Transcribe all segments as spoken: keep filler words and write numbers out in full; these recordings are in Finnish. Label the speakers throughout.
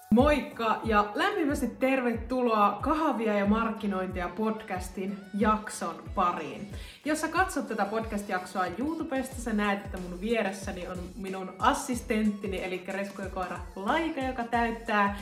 Speaker 1: Moikka ja lämpimästi tervetuloa Kahvia ja markkinointia podcastin jakson pariin. Jos sä katsot tätä podcast-jaksoa YouTubesta, sä näet, että mun vieressäni on minun assistenttini, eli rescuekoira Laika, joka täyttää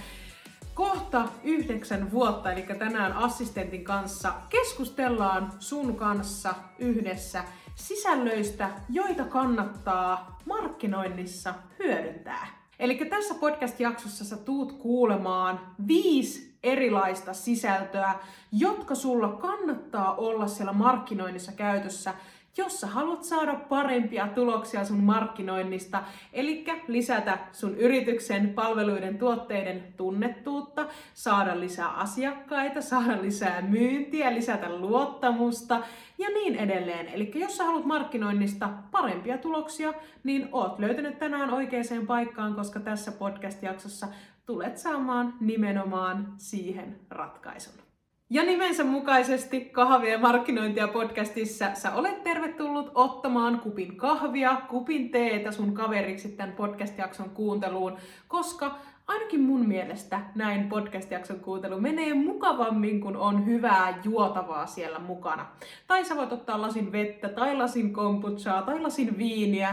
Speaker 1: kohta yhdeksän vuotta, eli tänään assistentin kanssa keskustellaan sun kanssa yhdessä sisällöistä, joita kannattaa markkinoinnissa hyödyntää. Eli tässä podcast-jaksossa sä tuut kuulemaan viisi erilaista sisältöä, jotka sulla kannattaa olla siellä markkinoinnissa käytössä, jos sä haluat saada parempia tuloksia sun markkinoinnista, eli lisätä sun yrityksen palveluiden tuotteiden tunnettuutta, saada lisää asiakkaita, saada lisää myyntiä, lisätä luottamusta ja niin edelleen. Eli jos sä haluat markkinoinnista parempia tuloksia, niin oot löytänyt tänään oikeaan paikkaan, koska tässä podcast-jaksossa tulet saamaan nimenomaan siihen ratkaisun. Ja nimensä mukaisesti Kahvia ja markkinointia podcastissa sä olet tervetullut ottamaan kupin kahvia, kupin teetä sun kaveriksi tämän podcast-jakson kuunteluun, koska ainakin mun mielestä näin podcast-jakson kuuntelu menee mukavammin, kun on hyvää juotavaa siellä mukana. Tai sä voit ottaa lasin vettä, tai lasin kombuchaa, tai lasin viiniä,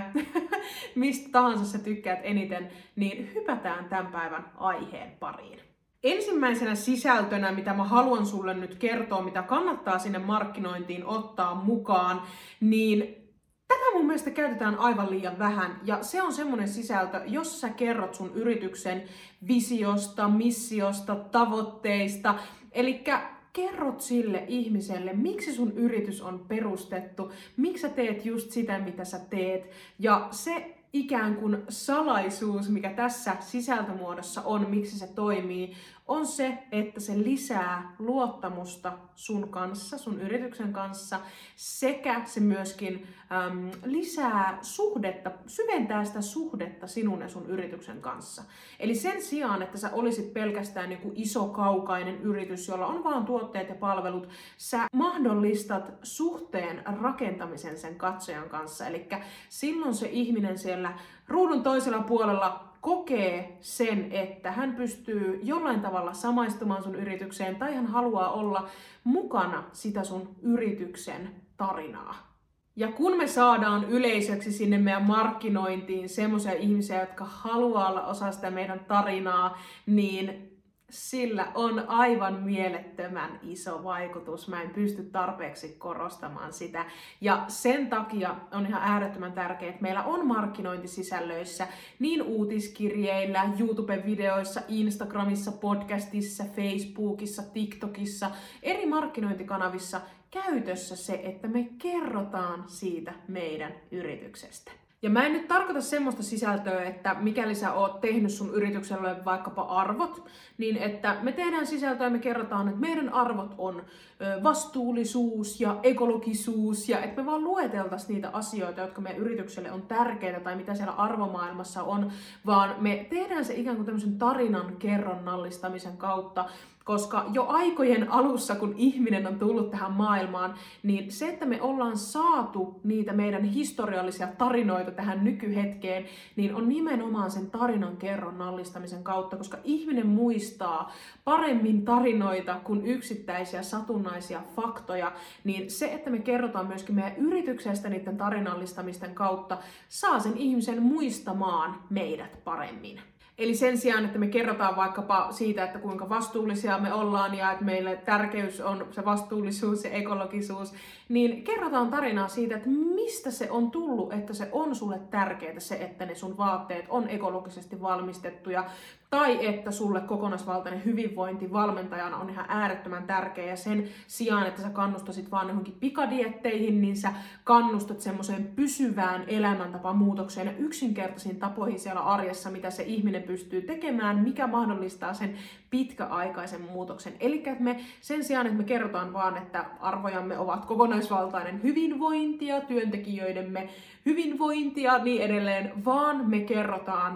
Speaker 1: mistä tahansa sä tykkäät eniten, niin hypätään tämän päivän aiheen pariin. Ensimmäisenä sisältönä, mitä mä haluan sulle nyt kertoa, mitä kannattaa sinne markkinointiin ottaa mukaan, niin tätä mun mielestä käytetään aivan liian vähän. Ja se on semmoinen sisältö, jos sä kerrot sun yrityksen visiosta, missiosta, tavoitteista, eli kerrot sille ihmiselle, miksi sun yritys on perustettu, miksi sä teet just sitä, mitä sä teet, ja se ikään kuin salaisuus, mikä tässä sisältömuodossa on, miksi se toimii, on se, että se lisää luottamusta sun kanssa, sun yrityksen kanssa, sekä se myöskin äm, lisää suhdetta, syventää sitä suhdetta sinun ja sun yrityksen kanssa. Eli sen sijaan, että sä olisit pelkästään niin kuin iso kaukainen yritys, jolla on vaan tuotteet ja palvelut, sä mahdollistat suhteen rakentamisen sen katsojan kanssa. Eli silloin se ihminen siellä ruudun toisella puolella kokee sen, että hän pystyy jollain tavalla samaistumaan sun yritykseen tai hän haluaa olla mukana sitä sun yrityksen tarinaa. Ja kun me saadaan yleisöksi sinne meidän markkinointiin semmoisia ihmisiä, jotka haluaa olla osa sitä meidän tarinaa, niin sillä on aivan mielettömän iso vaikutus. Mä en pysty tarpeeksi korostamaan sitä. Ja sen takia on ihan äärettömän tärkeää, että meillä on markkinointisisällöissä niin uutiskirjeillä, YouTube-videoissa, Instagramissa, podcastissa, Facebookissa, TikTokissa, eri markkinointikanavissa käytössä se, että me kerrotaan siitä meidän yrityksestä. Ja mä en nyt tarkoita semmoista sisältöä, että mikäli sä oot tehnyt sun yritykselle vaikkapa arvot, niin että me tehdään sisältöä ja me kerrotaan, että meidän arvot on vastuullisuus ja ekologisuus, ja että me vaan lueteltaisiin niitä asioita, jotka meidän yritykselle on tärkeitä tai mitä siellä arvomaailmassa on, vaan me tehdään se ikään kuin tämmöisen tarinan kerronnallistamisen kautta, koska jo aikojen alussa, kun ihminen on tullut tähän maailmaan, niin se, että me ollaan saatu niitä meidän historiallisia tarinoita tähän nykyhetkeen, niin on nimenomaan sen tarinan kerronnallistamisen kautta, koska ihminen muistaa paremmin tarinoita kuin yksittäisiä satunnaisia faktoja, niin se, että me kerrotaan myöskin meidän yrityksestä niiden tarinallistamisten kautta, saa sen ihmisen muistamaan meidät paremmin. Eli sen sijaan, että me kerrotaan vaikkapa siitä, että kuinka vastuullisia me ollaan ja että meille tärkeys on se vastuullisuus ja ekologisuus, niin kerrotaan tarinaa siitä, että mistä se on tullut, että se on sulle tärkeää se, että ne sun vaatteet on ekologisesti valmistettuja, tai että sulle kokonaisvaltainen hyvinvointi valmentajana on ihan äärettömän tärkeä, ja sen sijaan, että sä kannustasit vaan johonkin pikadietteihin, niin sä kannustat semmoiseen pysyvään elämäntapamuutokseen ja yksinkertaisiin tapoihin siellä arjessa, mitä se ihminen pystyy tekemään, mikä mahdollistaa sen pitkäaikaisen muutoksen. Eli että me sen sijaan, että me kerrotaan vaan, että arvojamme ovat kokonaisvaltainen hyvinvointia, työntekijöidemme hyvinvointia, niin edelleen, vaan me kerrotaan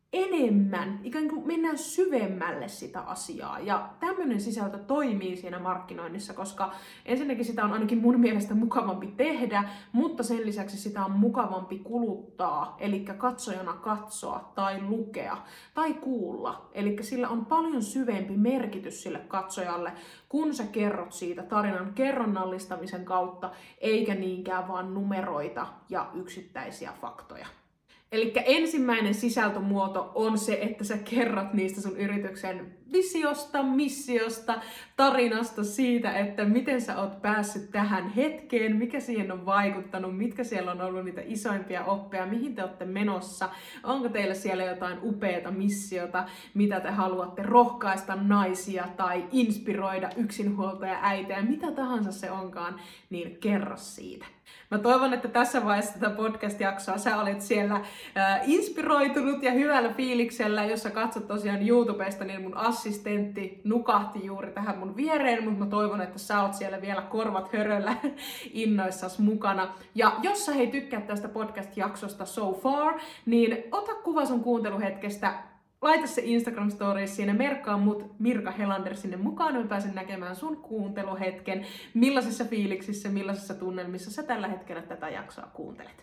Speaker 1: enemmän, ikään kuin mennään syvemmälle sitä asiaa. Ja tämmöinen sisältö toimii siinä markkinoinnissa, koska ensinnäkin sitä on ainakin mun mielestä mukavampi tehdä, mutta sen lisäksi sitä on mukavampi kuluttaa, eli katsojana katsoa tai lukea tai kuulla. Eli sillä on paljon syvempi merkitys sille katsojalle, kun sä kerrot siitä tarinan kerronnallistamisen kautta, eikä niinkään vaan numeroita ja yksittäisiä faktoja. Eli ensimmäinen sisältömuoto on se, että sä kerrot niistä sun yrityksen visiosta, missiosta, tarinasta, siitä, että miten sä oot päässyt tähän hetkeen, mikä siihen on vaikuttanut, mitkä siellä on ollut niitä isoimpia oppeja, mihin te olette menossa, onko teillä siellä jotain upeata missiota, mitä te haluatte rohkaista naisia tai inspiroida yksinhuoltaja äitejä, mitä tahansa se onkaan, niin kerro siitä. Mä toivon, että tässä vaiheessa tätä podcast-jaksoa sä olet siellä äh, inspiroitunut ja hyvällä fiiliksellä. Jos sä katsot tosiaan YouTubesta, niin mun assistentti nukahti juuri tähän mun viereen, mutta mä toivon, että sä oot siellä vielä korvat höröllä innoissas mukana. Ja jos sä hei tykkää tästä podcast-jaksosta so far, niin ota kuva sun kuunteluhetkestä. Laita se Instagram Stories siinä, merkkaa mut Mirka Helander sinne mukaan, niin mä pääsen näkemään sun kuunteluhetken, millaisissa fiiliksissä, millaisissa tunnelmissa sä tällä hetkellä tätä jaksoa kuuntelet.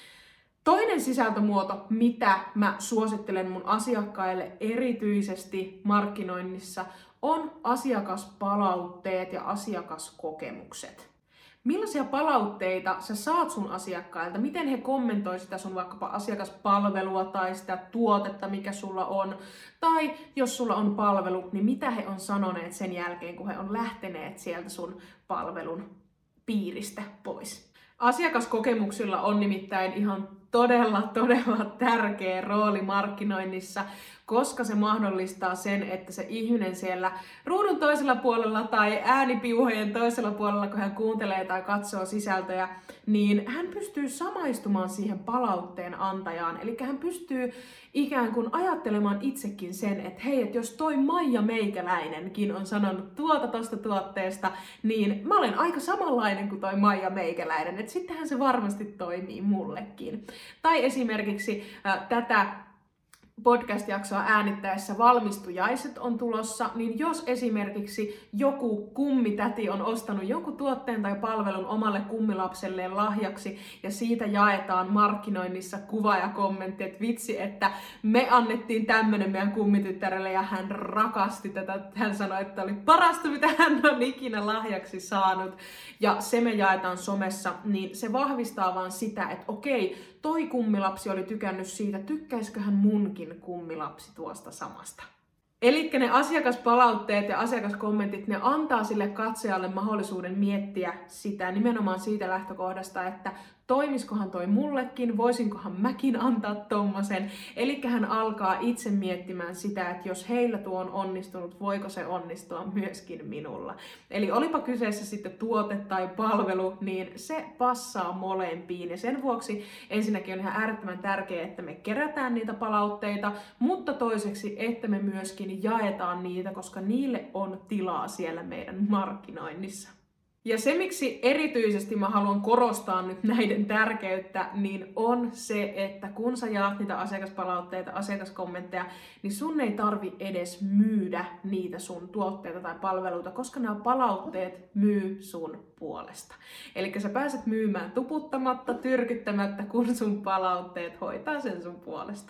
Speaker 1: Toinen sisältömuoto, mitä mä suosittelen mun asiakkaille erityisesti markkinoinnissa, on asiakaspalautteet ja asiakaskokemukset. Millaisia palautteita sä saat sun asiakkailta? Miten he kommentoi sitä sun vaikkapa asiakaspalvelua tai sitä tuotetta, mikä sulla on? Tai jos sulla on palvelu, niin mitä he on sanoneet sen jälkeen, kun he on lähteneet sieltä sun palvelun piiristä pois? Asiakaskokemuksilla on nimittäin ihan todella, todella tärkeä rooli markkinoinnissa, koska se mahdollistaa sen, että se ihminen siellä ruudun toisella puolella tai äänipiuhojen toisella puolella, kun hän kuuntelee tai katsoo sisältöjä, niin hän pystyy samaistumaan siihen palautteen antajaan. Eli hän pystyy ikään kuin ajattelemaan itsekin sen, että hei, että jos toi Maija Meikäläinenkin on sanonut tuota tosta tuotteesta, niin mä olen aika samanlainen kuin toi Maija Meikäläinen, että sittenhän se varmasti toimii mullekin. Tai esimerkiksi äh, tätä podcast-jaksoa äänittäessä valmistujaiset on tulossa, niin jos esimerkiksi joku kummitäti on ostanut jonkun tuotteen tai palvelun omalle kummilapselleen lahjaksi ja siitä jaetaan markkinoinnissa kuva ja kommentti, että vitsi, että me annettiin tämmönen meidän kummityttärelle ja hän rakasti tätä, hän sanoi, että oli parasta mitä hän on ikinä lahjaksi saanut ja se me jaetaan somessa, niin se vahvistaa vaan sitä, että okei, toi kummilapsi oli tykännyt siitä, tykkäisiköhän munkin kummilapsi tuosta samasta. Eli ne asiakaspalautteet ja asiakaskommentit, ne antaa sille katsojalle mahdollisuuden miettiä sitä nimenomaan siitä lähtökohdasta, että toimiskohan toi mullekin, voisinkohan mäkin antaa tommosen. Eli hän alkaa itse miettimään sitä, että jos heillä tuo on onnistunut, voiko se onnistua myöskin minulla. Eli olipa kyseessä sitten tuote tai palvelu, niin se passaa molempiin. Ja sen vuoksi ensinnäkin on ihan äärettömän tärkeää, että me kerätään niitä palautteita, mutta toiseksi, että me myöskin jaetaan niitä, koska niille on tilaa siellä meidän markkinoinnissa. Ja se, miksi erityisesti mä haluan korostaa nyt näiden tärkeyttä, niin on se, että kun sä jaat niitä asiakaspalautteita, asiakaskommentteja, niin sun ei tarvi edes myydä niitä sun tuotteita tai palveluita, koska nämä palautteet myy sun puolesta. Eli sä pääset myymään tuputtamatta, tyrkyttämättä, kun sun palautteet hoitaa sen sun puolesta.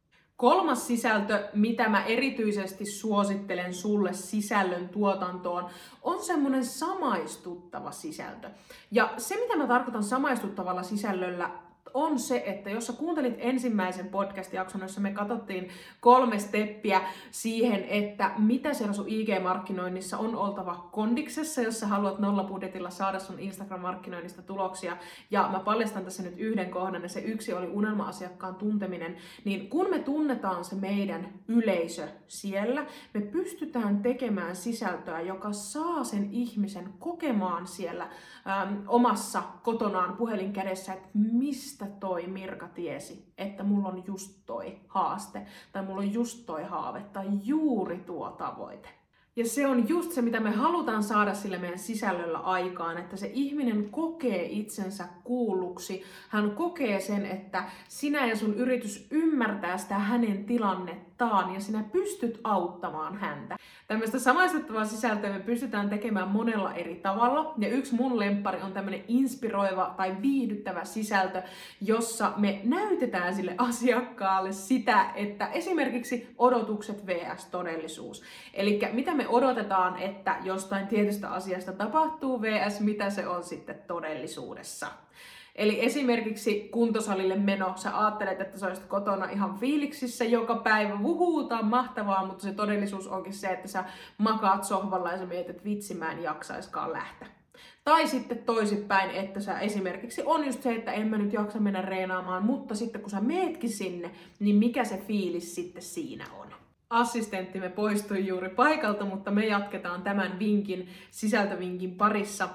Speaker 1: Kolmas sisältö, mitä mä erityisesti suosittelen sulle sisällön tuotantoon, on semmoinen samaistuttava sisältö. Ja se, mitä mä tarkoitan samaistuttavalla sisällöllä, on se, että jos sä kuuntelit ensimmäisen podcast-jakson, jossa me katsottiin kolme steppiä siihen, että mitä siellä sun I G-markkinoinnissa on oltava kondiksessa, jos sä haluat nollabudjetilla saada sun Instagram-markkinoinnista tuloksia. Ja mä paljastan tässä nyt yhden kohdan, ja se yksi oli unelma-asiakkaan tunteminen. Niin kun me tunnetaan se meidän yleisö siellä, me pystytään tekemään sisältöä, joka saa sen ihmisen kokemaan siellä äm, omassa kotonaan puhelin kädessä, että mistä toi Mirka tiesi, että mulla on just toi haaste, tai mulla on just toi haave, tai juuri tuo tavoite. Ja se on just se, mitä me halutaan saada sille meidän sisällöllä aikaan, että se ihminen kokee itsensä kuulluksi. Hän kokee sen, että sinä ja sun yritys ymmärtää sitä hänen tilannettaan ja sinä pystyt auttamaan häntä. Tämmöistä samaistuttavaa sisältöä me pystytään tekemään monella eri tavalla. Ja yksi mun lemppari on tämmöinen inspiroiva tai viihdyttävä sisältö, jossa me näytetään sille asiakkaalle sitä, että esimerkiksi odotukset versus todellisuus. Eli mitä me odotetaan, että jostain tietystä asiasta tapahtuu versus mitä se on sitten todellisuudessa. Eli esimerkiksi kuntosalille meno, sä ajattelet, että sä olisit kotona ihan fiiliksissä joka päivä, vuhuuta mahtavaa, mutta se todellisuus onkin se, että sä makaat sohvalla ja sä mietit, että vitsi mä en jaksaiskaan lähteä. Tai sitten toisinpäin, että sä esimerkiksi on just se, että en mä nyt jaksa mennä reenaamaan, mutta sitten kun sä meetkin sinne, niin mikä se fiilis sitten siinä on? Assistenttimme poistui juuri paikalta, mutta me jatketaan tämän vinkin, sisältövinkin parissa.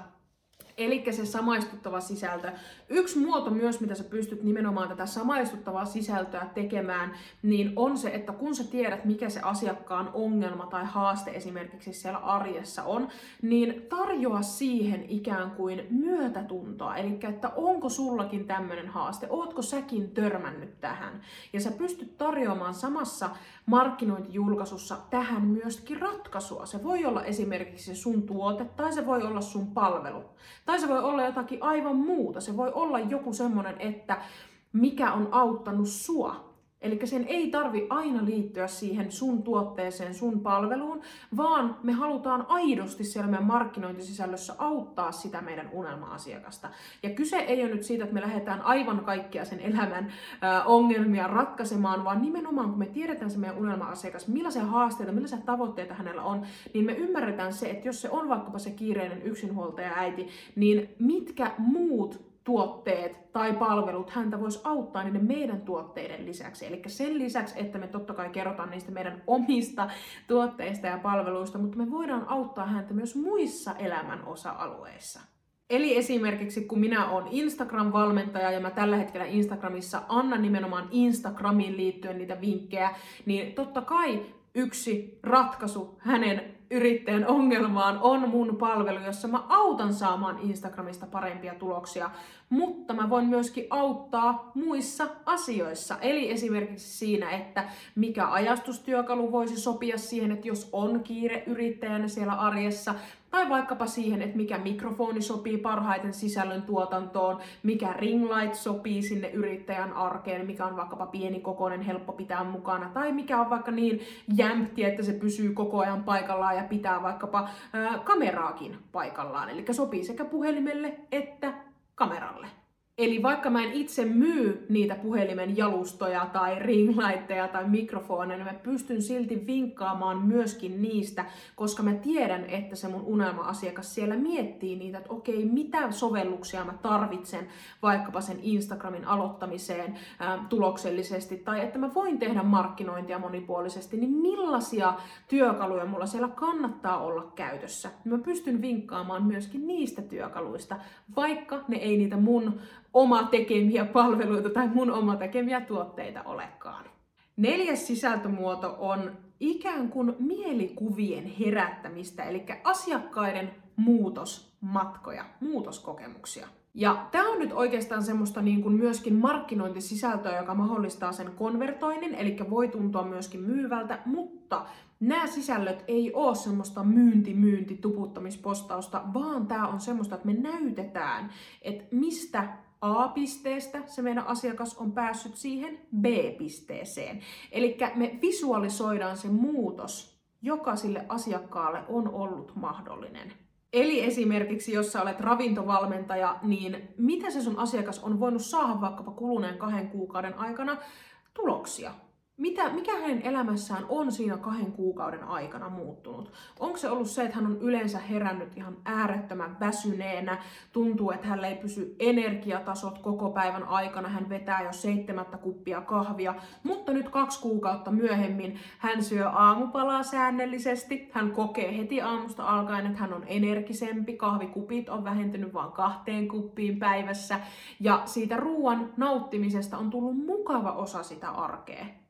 Speaker 1: Eli se samaistuttava sisältö. Yksi muoto myös, mitä sä pystyt nimenomaan tätä samaistuttavaa sisältöä tekemään, niin on se, että kun sä tiedät, mikä se asiakkaan ongelma tai haaste esimerkiksi siellä arjessa on, niin tarjoa siihen ikään kuin myötätuntoa. Eli että onko sullakin tämmöinen haaste, ootko säkin törmännyt tähän. Ja sä pystyt tarjoamaan samassa markkinointijulkaisussa tähän myöskin ratkaisua. Se voi olla esimerkiksi sun tuote tai se voi olla sun palvelu. Tai se voi olla jotakin aivan muuta. Se voi olla joku semmoinen, että mikä on auttanut sua. Eli sen ei tarvi aina liittyä siihen sun tuotteeseen, sun palveluun, vaan me halutaan aidosti siellä meidän markkinointisisällössä auttaa sitä meidän unelma-asiakasta. Ja kyse ei ole nyt siitä, että me lähdetään aivan kaikkia sen elämän äh, ongelmia ratkaisemaan, vaan nimenomaan kun me tiedetään se meidän unelma-asiakas, millaisia haasteita, millaisia tavoitteita hänellä on, niin me ymmärretään se, että jos se on vaikkapa se kiireinen yksinhuoltaja äiti, niin mitkä muut tuotteet tai palvelut häntä voisi auttaa niiden meidän tuotteiden lisäksi. Eli sen lisäksi, että me totta kai kerrotaan niistä meidän omista tuotteista ja palveluista, mutta me voidaan auttaa häntä myös muissa elämän osa-alueissa. Eli esimerkiksi kun minä olen Instagram-valmentaja ja mä tällä hetkellä Instagramissa annan nimenomaan Instagramiin liittyen niitä vinkkejä, niin totta kai yksi ratkaisu hänen yrittäjän ongelmaan on mun palvelu, jossa mä autan saamaan Instagramista parempia tuloksia, mutta mä voin myöskin auttaa muissa asioissa. Eli esimerkiksi siinä, että mikä ajastustyökalu voisi sopia siihen, että jos on kiire yrittäjänä siellä arjessa, tai vaikkapa siihen, että mikä mikrofoni sopii parhaiten sisällön tuotantoon, mikä ringlight sopii sinne yrittäjän arkeen, mikä on vaikkapa pienikokoinen, helppo pitää mukana, tai mikä on vaikka niin jämpti, että se pysyy koko ajan paikallaan ja pitää vaikkapa ää, kameraakin paikallaan. Eli sopii sekä puhelimelle että kameralle. Eli vaikka mä en itse myy niitä puhelimen jalustoja tai ringlightteja tai mikrofoneja, niin mä pystyn silti vinkkaamaan myöskin niistä, koska mä tiedän, että se mun unelma-asiakas siellä miettii niitä, että okei, mitä sovelluksia mä tarvitsen vaikkapa sen Instagramin aloittamiseen ää, tuloksellisesti, tai että mä voin tehdä markkinointia monipuolisesti, niin millaisia työkaluja mulla siellä kannattaa olla käytössä. Mä pystyn vinkkaamaan myöskin niistä työkaluista, vaikka ne ei niitä mun oma tekemiä palveluita tai mun oma tekemiä tuotteita olekaan. Neljäs sisältömuoto on ikään kuin mielikuvien herättämistä, eli asiakkaiden muutosmatkoja, muutoskokemuksia. Ja tämä on nyt oikeastaan semmoista niin kuin myöskin markkinointisisältöä, joka mahdollistaa sen konvertoinnin, eli voi tuntua myöskin myyvältä, mutta nämä sisällöt ei ole semmoista myynti-myynti tuputtamispostausta, vaan tämä on semmoista, että me näytetään, että mistä A-pisteestä se meidän asiakas on päässyt siihen B-pisteeseen. Eli me visualisoidaan se muutos, joka sille asiakkaalle on ollut mahdollinen. Eli esimerkiksi, jos sä olet ravintovalmentaja, niin mitä se sun asiakas on voinut saada vaikkapa kuluneen kahden kuukauden aikana tuloksia? Mitä, mikä hänen elämässään on siinä kahden kuukauden aikana muuttunut? Onko se ollut se, että hän on yleensä herännyt ihan äärettömän väsyneenä, tuntuu, että hänellä ei pysy energiatasot koko päivän aikana, hän vetää jo seitsemättä kuppia kahvia, mutta nyt kaksi kuukautta myöhemmin hän syö aamupalaa säännöllisesti, hän kokee heti aamusta alkaen, että hän on energisempi, kahvikupit on vähentynyt vain kahteen kuppiin päivässä, ja siitä ruoan nauttimisesta on tullut mukava osa sitä arkea.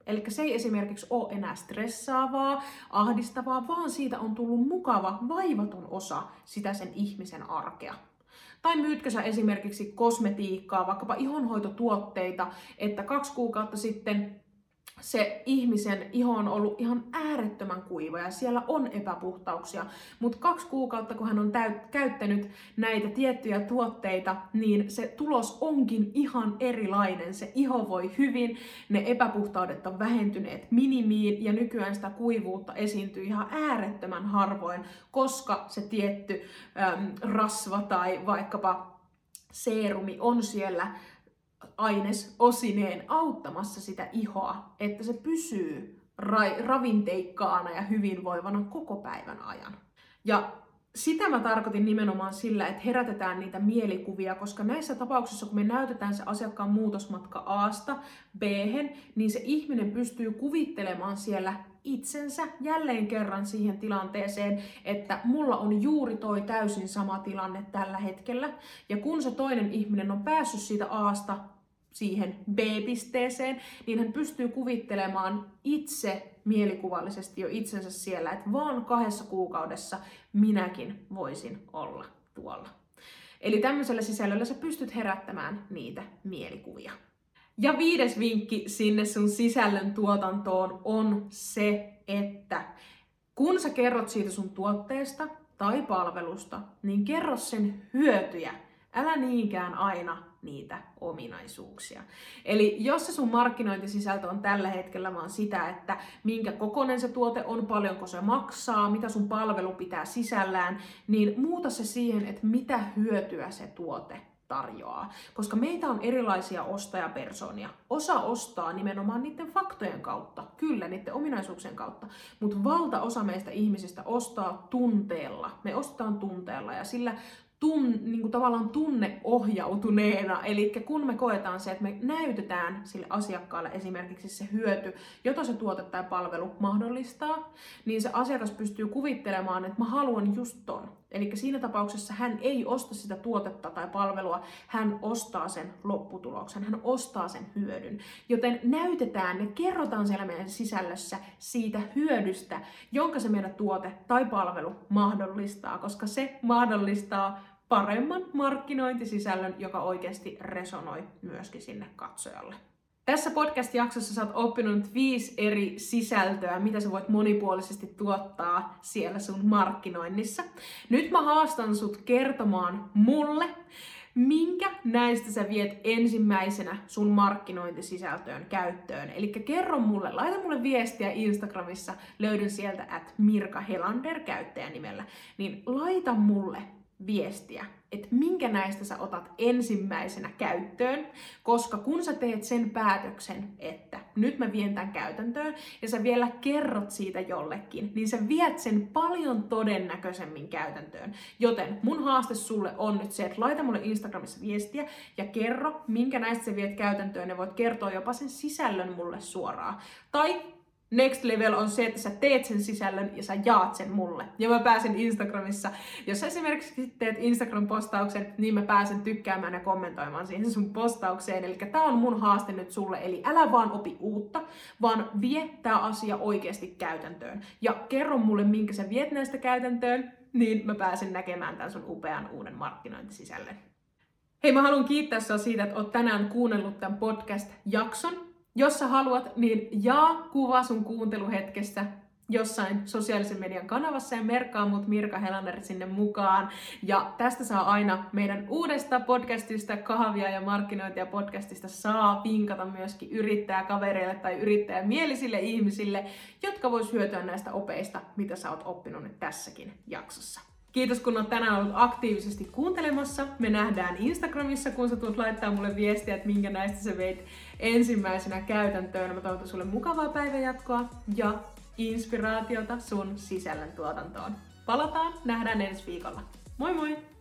Speaker 1: Eli se ei esimerkiksi ole enää stressaavaa, ahdistavaa, vaan siitä on tullut mukava, vaivaton osa sitä sen ihmisen arkea. Tai myytkö sä esimerkiksi kosmetiikkaa, vaikkapa ihonhoitotuotteita, että kaksi kuukautta sitten se ihmisen iho on ollut ihan äärettömän kuiva ja siellä on epäpuhtauksia, mutta kaksi kuukautta kun hän on täyt- käyttänyt näitä tiettyjä tuotteita, niin se tulos onkin ihan erilainen. Se iho voi hyvin, ne epäpuhtaudet on vähentyneet minimiin ja nykyään sitä kuivuutta esiintyy ihan äärettömän harvoin, koska se tietty äm, rasva tai vaikkapa seerumi on siellä ainesosineen auttamassa sitä ihoa, että se pysyy ra- ravinteikkaana ja hyvinvoivana koko päivän ajan. Ja sitä mä tarkoitin nimenomaan sillä, että herätetään niitä mielikuvia, koska näissä tapauksissa, kun me näytetään se asiakkaan muutosmatka A:sta B:hen, niin se ihminen pystyy kuvittelemaan siellä itsensä jälleen kerran siihen tilanteeseen, että mulla on juuri toi täysin sama tilanne tällä hetkellä. Ja kun se toinen ihminen on päässyt siitä A:sta siihen B-pisteeseen, niin hän pystyy kuvittelemaan itse mielikuvallisesti jo itsensä siellä, että vaan kahdessa kuukaudessa minäkin voisin olla tuolla. Eli tämmöisellä sisällöllä sä pystyt herättämään niitä mielikuvia. Ja viides vinkki sinne sun sisällön tuotantoon on se, että kun sä kerrot siitä sun tuotteesta tai palvelusta, niin kerro sen hyötyjä. Älä niinkään aina niitä ominaisuuksia. Eli jos se sun markkinointisisältö on tällä hetkellä vaan sitä, että minkä kokoinen se tuote on, paljonko se maksaa, mitä sun palvelu pitää sisällään, niin muuta se siihen, että mitä hyötyä se tuote tarjoaa. Koska meitä on erilaisia ostajapersonia. Osa ostaa nimenomaan niiden faktojen kautta, kyllä niiden ominaisuuksien kautta, mutta valtaosa meistä ihmisistä ostaa tunteella. Me ostetaan tunteella ja sillä Tun, niin kuin tavallaan tunneohjautuneena, eli kun me koetaan se, että me näytetään sille asiakkaalle esimerkiksi se hyöty, jota se tuote tai palvelu mahdollistaa, niin se asiakas pystyy kuvittelemaan, että mä haluan just ton. Eli siinä tapauksessa hän ei osta sitä tuotetta tai palvelua, hän ostaa sen lopputuloksen, hän ostaa sen hyödyn. Joten näytetään ja kerrotaan siellä meidän sisällössä siitä hyödystä, jonka se meidän tuote tai palvelu mahdollistaa, koska se mahdollistaa paremman markkinointisisällön, joka oikeasti resonoi myöskin sinne katsojalle. Tässä podcast-jaksossa sä oot oppinut nyt viisi eri sisältöä, mitä sä voit monipuolisesti tuottaa siellä sun markkinoinnissa. Nyt mä haastan sut kertomaan mulle, minkä näistä sä viet ensimmäisenä sun markkinointisisältöön käyttöön. Eli kerro mulle, laita mulle viestiä Instagramissa, löydyn sieltä at Mirka Helander käyttäjänimellä, niin laita mulle viestiä, että minkä näistä sä otat ensimmäisenä käyttöön, koska kun sä teet sen päätöksen, että nyt mä vien tämän käytäntöön, ja sä vielä kerrot siitä jollekin, niin sä viet sen paljon todennäköisemmin käytäntöön. Joten mun haaste sulle on nyt se, että laita mulle Instagramissa viestiä ja kerro, minkä näistä sä viet käytäntöön, ja voit kertoa jopa sen sisällön mulle suoraan. Tai next level on se, että sä teet sen sisällön ja sä jaat sen mulle. Ja mä pääsen Instagramissa. Jos sä esimerkiksi teet Instagram-postauksen, niin mä pääsen tykkäämään ja kommentoimaan siihen sun postaukseen. Eli tää on mun haaste nyt sulle. Eli älä vaan opi uutta, vaan vie tää asia oikeasti käytäntöön. Ja kerro mulle, minkä sä viet näistä käytäntöön, niin mä pääsen näkemään tämän sun upean uuden markkinointisisällön. Hei, mä haluan kiittää sua siitä, että oot tänään kuunnellut tämän podcast-jakson. Jos sä haluat, niin jaa kuva sun kuunteluhetkessä jossain sosiaalisen median kanavassa ja merkkaa mut Mirka Helander sinne mukaan. Ja tästä saa aina meidän uudesta podcastista, kahvia ja markkinointia podcastista, saa vinkata myöskin yrittäjäkavereille tai yrittäjämielisille ihmisille, jotka vois hyötyä näistä opeista, mitä sä oot oppinut nyt tässäkin jaksossa. Kiitos, kun olet tänään ollut aktiivisesti kuuntelemassa. Me nähdään Instagramissa, kun sä tulet laittaa mulle viestiä, että minkä näistä sä veit ensimmäisenä käytäntöön. Mä toivotan sulle mukavaa päivänjatkoa ja inspiraatiota sun sisällön tuotantoon. Palataan, nähdään ensi viikolla. Moi moi!